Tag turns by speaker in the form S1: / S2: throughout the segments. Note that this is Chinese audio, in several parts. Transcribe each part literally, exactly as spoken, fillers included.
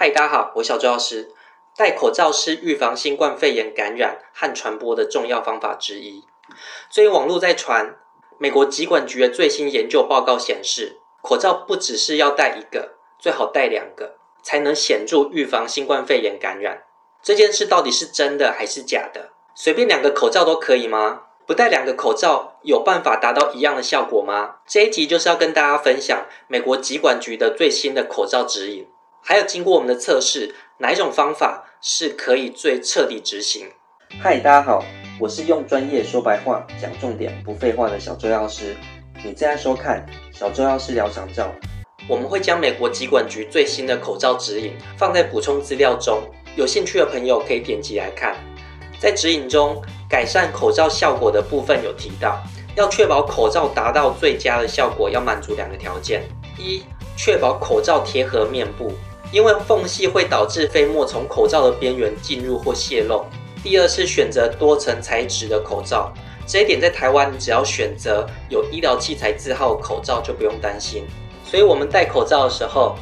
S1: 嗨，大家好，我是小周老师。戴口罩是预防新冠肺炎感染和传播的重要方法之一。最近网络在传，美国疾管局的最新研究报告显示，口罩不只是要戴一个，最好戴两个，才能显著预防新冠肺炎感染。这件事到底是真的还是假的？随便两个口罩都可以吗？不戴两个口罩有办法达到一样的效果吗？这一集就是要跟大家分享美国疾管局的最新的口罩指引，还有经过我们的测试，哪一种方法是可以最彻底执行。
S2: 嗨，大家好，我是用专业说白话讲重点不废话的小周药师。你正在收看小周药师聊长照。
S1: 我们会将美国疾管局最新的口罩指引放在补充资料中，有兴趣的朋友可以点击来看。在指引中，改善口罩效果的部分有提到，要确保口罩达到最佳的效果，要满足两个条件：一、确保口罩贴合面部，因为缝隙会导致飞沫从口罩的边缘进入或泄漏；第二是选择多层材质的口罩，这一点在台湾只要选择有医疗器材字号的口罩就不用担心。所以我们戴口罩的时候，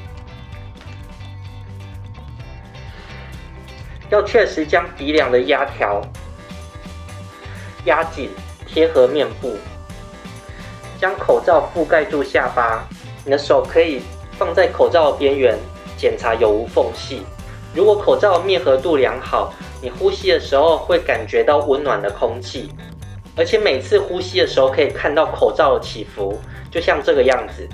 S1: 要确实将鼻梁的压条压紧，贴合面部，将口罩覆盖住下巴。你的手可以放在口罩的边缘，检查有无缝隙。如果口罩密合度良好，你呼吸的时候会感觉到温暖的空气，而且每次呼吸的时候可以看到口罩的起伏，就像这个样子。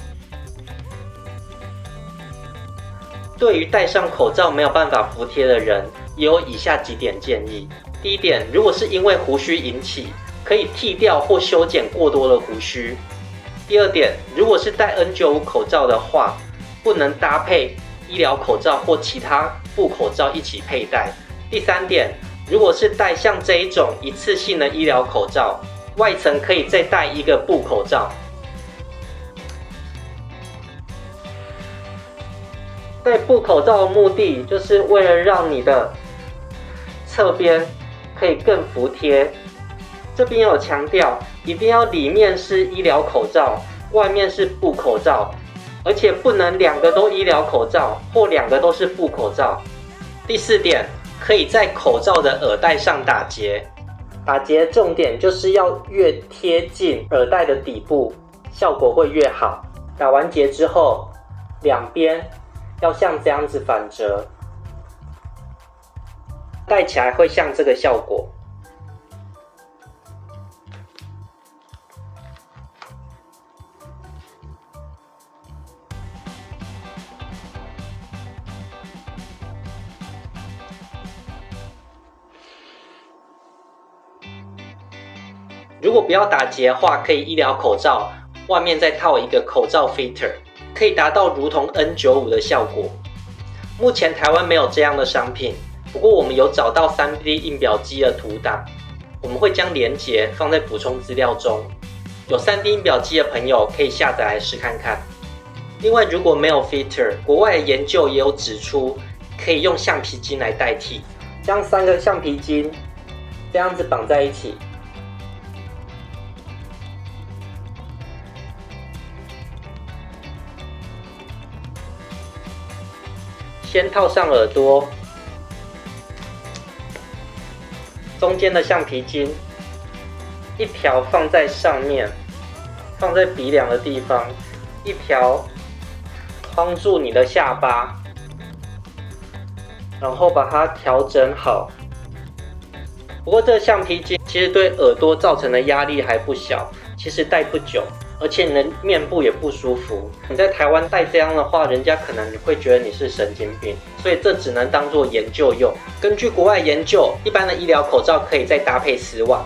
S1: 对于戴上口罩没有办法服帖的人，也有以下几点建议。第一点，如果是因为胡须引起，可以剃掉或修剪过多的胡须。第二点，如果是戴 N 九十五 口罩的话，不能搭配医疗口罩或其他布口罩一起佩戴。第三点，如果是戴像这一种一次性的医疗口罩，外层可以再戴一个布口罩。戴布口罩的目的就是为了让你的侧边可以更服帖。这边有强调，一定要里面是医疗口罩，外面是布口罩，而且不能两个都医疗口罩或两个都是布口罩。第四点，可以在口罩的耳带上打结。打结的重点就是要越贴近耳带的底部，效果会越好。打完结之后，两边要像这样子反折，戴起来会像这个效果。如果不要打结的话，可以医疗口罩外面再套一个口罩 filter， 可以达到如同 N 九十五 的效果。目前台湾没有这样的商品，不过我们有找到 三 D 印表机的图档，我们会将连结放在补充资料中。有 三 D 印表机的朋友可以下载来试看看。另外，如果没有 filter， 国外的研究也有指出，可以用橡皮筋来代替，将三个橡皮筋这样子绑在一起。先套上耳朵，中间的橡皮筋一条放在上面，放在鼻梁的地方，一条框住你的下巴，然后把它调整好。不过这个橡皮筋其实对耳朵造成的压力还不小，其实戴不久，而且你的面部也不舒服。你在台湾戴这样的话，人家可能会觉得你是神经病，所以这只能当作研究用。根据国外研究，一般的医疗口罩可以再搭配丝袜。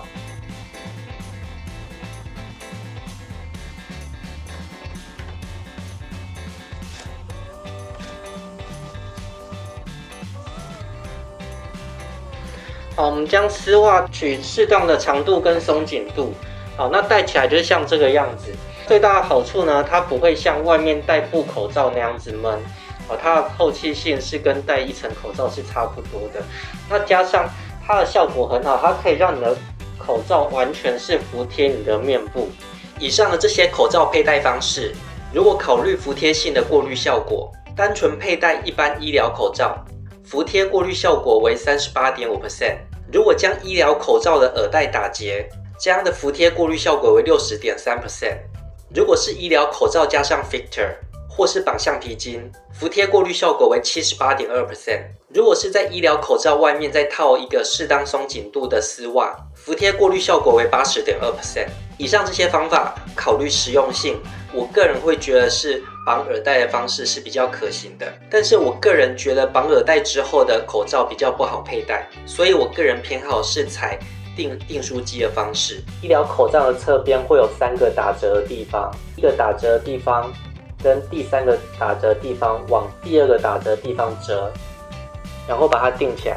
S1: 好，我们将丝袜取适当的长度跟松紧度。好，那戴起来就是像这个样子。最大的好处呢，它不会像外面戴布口罩那样子闷，哦，它的透气性是跟戴一层口罩是差不多的。那加上它的效果很好，它可以让你的口罩完全是服贴你的面部。以上的这些口罩佩戴方式，如果考虑服帖性的过滤效果， 单纯佩戴一般医疗口罩，服贴过滤效果为 百分之三十八点五。 如果将医疗口罩的耳带打结，这样的服贴过滤效果为 百分之六十点三。 如果是医疗口罩加上 filter 或是绑橡皮筋，服贴过滤效果为 百分之七十八点二。 如果是在医疗口罩外面再套一个适当松紧度的丝袜，服贴过滤效果为 百分之八十点二。 以上这些方法考虑实用性，我个人会觉得是绑耳带的方式是比较可行的，但是我个人觉得绑耳带之后的口罩比较不好佩戴，所以我个人偏好是采订订书机的方式。医疗口罩的侧边会有三个打折的地方，一个打折的地方跟第三个打折的地方往第二个打折的地方折，然后把它订起来。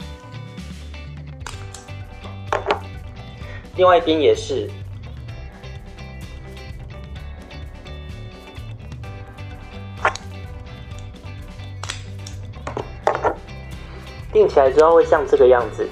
S1: 另外一边也是。订起来之后会像这个样子。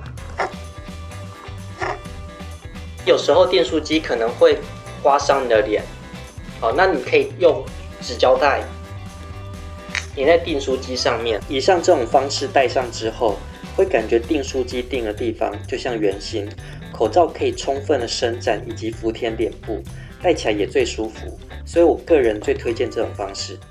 S1: 有时候订书机可能会刮伤你的脸，好，那你可以用纸胶带粘在订书机上面。以上这种方式戴上之后，会感觉订书机订的地方就像圆形，口罩可以充分的伸展以及服贴脸部，戴起来也最舒服，所以我个人最推荐这种方式。